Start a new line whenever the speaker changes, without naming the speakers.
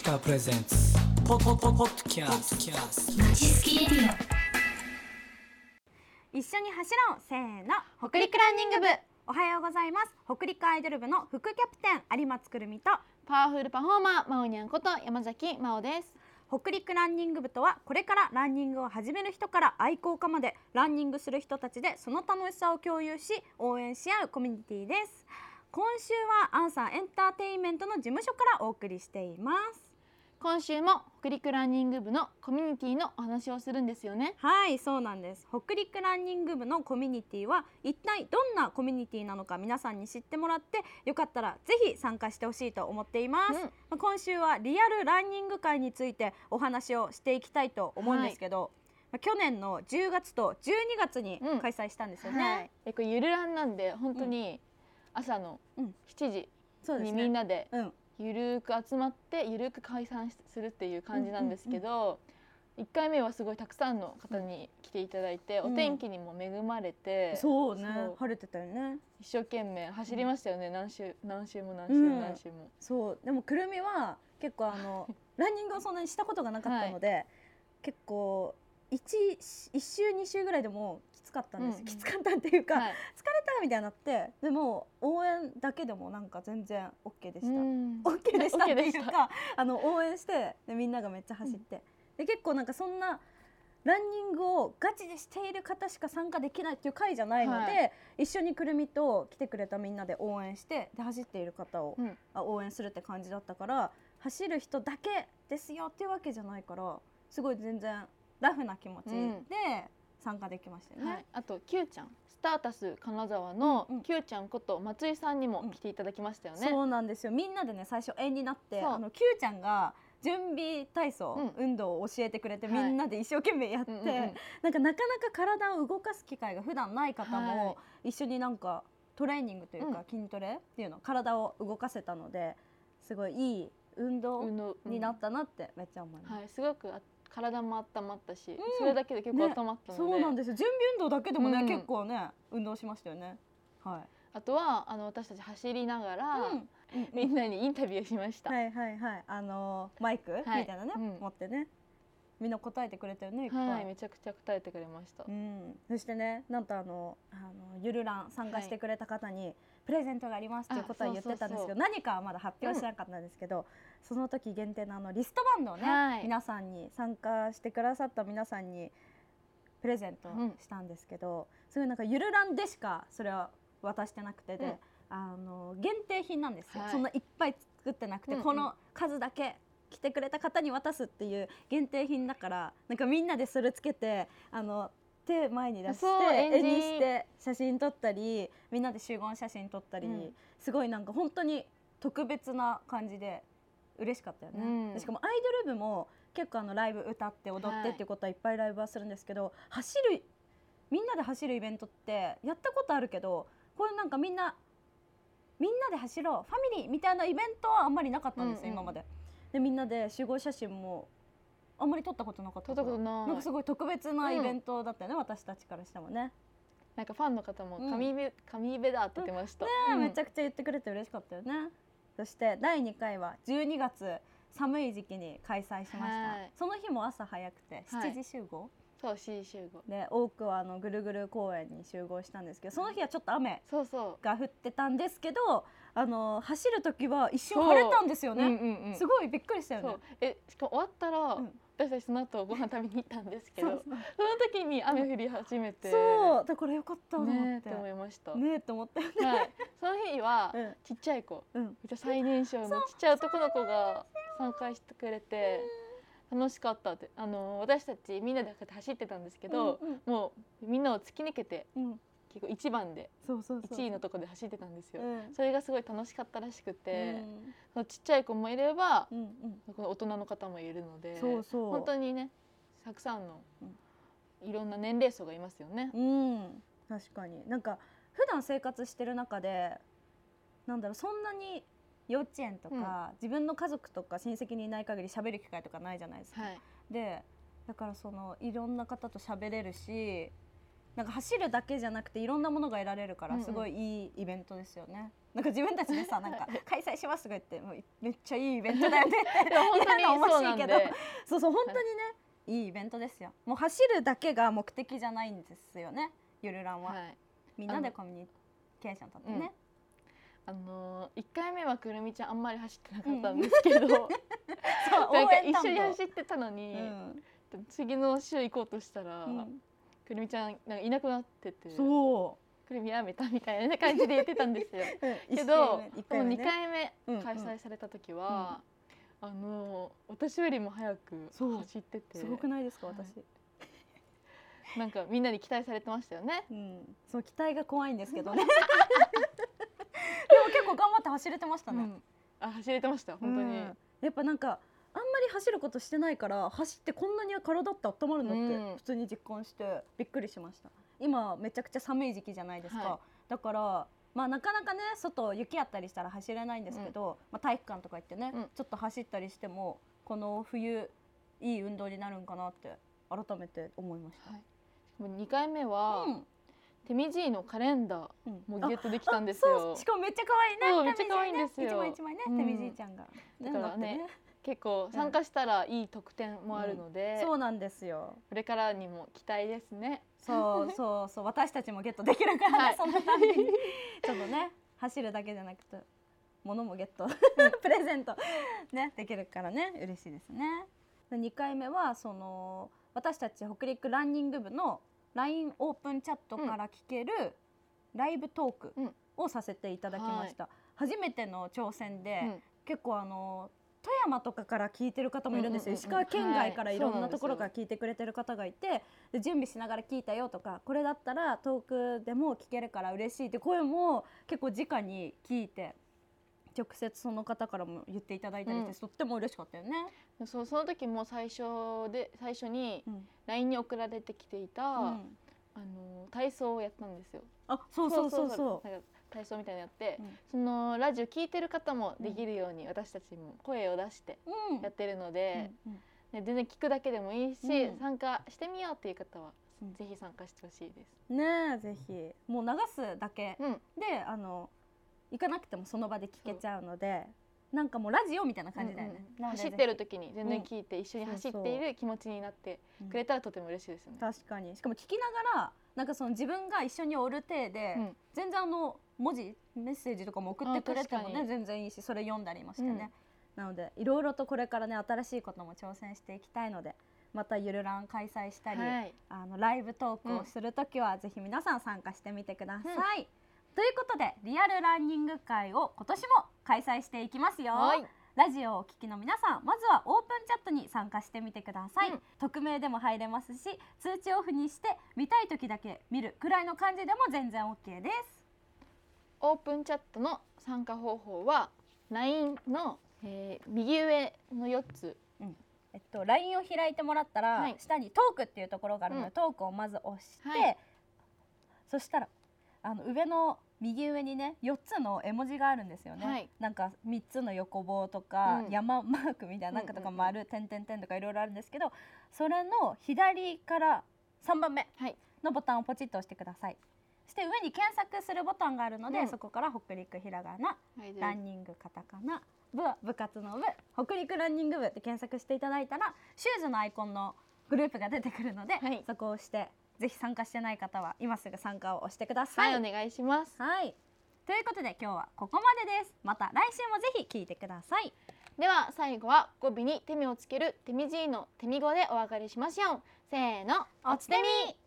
カプレゼンツポッドキャスト
まちすきレディ
一緒に走ろうせーの北陸ランニング部。おはようございます。北陸アイドル部の副キャプテン有松くるみと
パワフルパフォーマーまおにゃんこと山崎まおです。
北陸ランニング部とは、これからランニングを始める人から愛好家までランニングする人たちでその楽しさを共有し応援し合うコミュニティです。今週はアンサーエンターテインメントの事務所からお送りしています。
今週も北陸ランニング部のコミュニティのお話をするんですよね。
はい、そうなんです。北陸ランニング部のコミュニティは一体どんなコミュニティなのか皆さんに知ってもらって、よかったらぜひ参加してほしいと思っています。今週はリアルランニング会についてお話をしていきたいと思うんですけど、去年の10月と12月に開催したんですよね。
これゆるランなんで本当に朝の7時にみんなでゆるく集まってゆるく解散するっていう感じなんですけど、1回目はすごいたくさんの方に来ていただいて、お天気にも恵まれて、
そうね、晴れてたよね。
一生懸命走りましたよね。何週も。
そうでもくるみは結構ランニングをそんなにしたことがなかったので、結構1週2週ぐらいでもきつかったんです。きつかったっていうか、疲れたみたいになって、でも応援だけでもなんか全然 OK でした。OK でしたっていうか応援してでみんながめっちゃ走って、で結構なんかそんなランニングをガチでしている方しか参加できないっていう会じゃないので、一緒にくるみと来てくれたみんなで応援して、で走っている方を応援するって感じだったから、走る人だけですよっていうわけじゃないから、すごい全然ラフな気持ちで参加できましたよね。
あと Q ちゃん、スタータス金沢の Q ちゃんこと松井さんにも来ていただきましたよね。
そうなんですよ。みんなでね最初縁になって、Q ちゃんが準備体操、運動を教えてくれて、みんなで一生懸命やって、なかなか体を動かす機会が普段ない方も一緒になんかトレーニングというか筋トレっていうの、体を動かせたので、すごいいい運動になったなってめっちゃ思います。
すごく体も温まったし、それだけで結構温まったので、
そうなんですよ。準備運動だけでもね、結構ね運動しましたよね。
あとは私たち走りながら、みんなにインタビューしました。
マイクみたいなね、持ってね、みんな答えてくれたよね。いっぱい
めちゃくちゃ答えてくれました。
そしてね、なんとゆるラン参加してくれた方にプレゼントがありますっていうことは言ってたんですけど、何かはまだ発表しなかったんですけど、その時限定のリストバンドをね、皆さんに参加してくださった皆さんにプレゼントしたんですけど、すごいなんかゆるランでしかそれは渡してなくて、で限定品なんですよ。そんないっぱい作ってなくて、この数だけ来てくれた方に渡すっていう限定品だから、なんかみんなでそれつけて手前に出して絵にして写真撮ったり、みんなで集合写真撮ったり、すごいなんか本当に特別な感じで嬉しかったよね。しかもアイドル部も結構ライブ歌って踊ってっていうことはいっぱいライブはするんですけど、みんなで走るイベントってやったことあるけど、これなんかみんなで走ろうファミリーみたいなイベントはあんまりなかったんですよ、今まで。でみんなで集合写真もあんまり撮ったことなかったから、なんかすごい特別なイベントだったよね、私たちからしてもね。
なんかファンの方も神イベだって言ってました。
めちゃくちゃ言ってくれて嬉しかったよね。そして第2回は12月寒い時期に開催しました。その日も朝早くて7時集合、
7時集合
で多くはぐるぐる公園に集合したんですけど、その日はちょっと雨が降ってたんですけど、走る時は一瞬晴れたんですよね。すごいびっくりしたよね。
しかも終わったら、私たちその後ご飯食べに行ったんですけど、その時に雨降り始めて、
そうだからよかった
ねって思いました。
ねって思ったよね。
その日はちっちゃい子、最年少のちっちゃい男の子が参加してくれて楽しかったって、私たちみんなで走ってたんですけど、もうみんなを突き抜けて、結構1番で1位のとこで走ってたんですよ。それがすごい楽しかったらしくて、そのちっちゃい子もいれば、大人の方もいるので、本当にねたくさんのいろんな年齢層がいますよね。
確かになんか普段生活してる中でなんだろう、そんなに幼稚園とか、自分の家族とか親戚にいない限り喋る機会とかないじゃないですか。でだからいろんな方と喋れるし、 なんか走るだけじゃなくていろんなものが得られるからすごいいいイベントですよね。なんか自分たちでさ、なんか開催しますとか言ってもうめっちゃいいイベントだよねって
本当にそうなんで、
そうそう本当にね、いいイベントですよ。もう走るだけが目的じゃないんですよね、ゆるらんは。みんなでコミュニケーション取ってね。
1回目はくるみちゃんあんまり走ってなかったんですけど、なんか一緒に走ってたのに、次の週行こうとしたら、くるみちゃんなんかいなくなってて、くるみやめたみたいな感じで言ってたんですよ。けどこの2回目開催された時は、私よりも早く走ってて、
すごくないですか私。
なんかみんなに期待されてましたよね。
そう期待が怖いんですけどね。でも結構頑張って走れてましたね。
走れてました本当に。
やっぱなんかあんまり走ることしてないから走ってこんなに体って温まるのって普通に実感してびっくりしました。今めちゃくちゃ寒い時期じゃないですか。だからまあなかなかね外雪あったりしたら走れないんですけど、体育館とか行ってねちょっと走ったりしてもこの冬いい運動になるんかなって改めて思いました。
2回目はテミジーのカレンダーもゲットできたんですよ。
しかもめっちゃ可愛いね。
めっちゃ可愛いんですよ。
一枚一枚ね、テミジーちゃんが。
だからね、結構参加したらいい特典もあるので、
そうなんですよ。
これからにも期待ですね。
そう私たちもゲットできるからね、そのためにちょっとね走るだけじゃなくて物もゲットプレゼントねできるからね嬉しいですね。2回目はその私たち北陸ランニング部の LINE オープンチャットから聞けるライブトークをさせていただきました。初めての挑戦で、結構富山とかから聞いてる方もいるんですよ。石川県外からいろんなところから聞いてくれてる方がいて、で準備しながら聞いたよとか、これだったらトークでも聞けるから嬉しいって声も結構直に聞いて直接その方からも言っていただいたりして、とっても嬉しかったよね。
その時も最初に LINE に送られてきていた、体操をやったんですよ。そう体操みたいなのやって、そのラジオ聞いてる方もできるように私たちも声を出してやってるので、全然聞くだけでもいいし、参加してみようっていう方はぜひ参加してほしいです
ね。ぜひもう流すだけで行かなくてもその場で聞けちゃうので、なんかもうラジオみたいな感じだよね。
走ってる時に全然聞いて一緒に走っている気持ちになってくれたらとても嬉しいですよね。
確かに。しかも聞きながらなんかその自分が一緒におる体で、全然文字メッセージとかも送ってくれてもね全然いいし、それ読んだりもしてね。なのでいろいろとこれからね新しいことも挑戦していきたいので、またゆるらん開催したり、ライブトークをするときはぜひ皆さん参加してみてください。ということでリアルランニング会を今年も開催していきますよ。ラジオをお聞きの皆さん、まずはオープンチャットに参加してみてください。匿名でも入れますし、通知オフにして見たい時だけ見るくらいの感じでも全然 OK です。
オープンチャットの参加方法は LINE の、右上の4つ、
LINE を開いてもらったら、下にトークっていうところがあるので、トークをまず押して、そしたら上の右上にね4つの絵文字があるんですよね。なんか3つの横棒とか、山マークみたいななんかとか丸、点々点とかいろいろあるんですけど、それの左から3番目のボタンをポチッと押してください。そして上に検索するボタンがあるので、そこから北陸ひらがな、ランニングカタカナ、部は部活の部、北陸ランニング部って検索していただいたらシューズのアイコンのグループが出てくるので、そこを押してぜひ参加してない方は今すぐ参加を押してください。
お願いします。
ということで今日はここまでです。また来週もぜひ聞いてください。
では最後は語尾にテミをつけるテミジーのテミ語でお別れしましょう。せーの、おつてみ。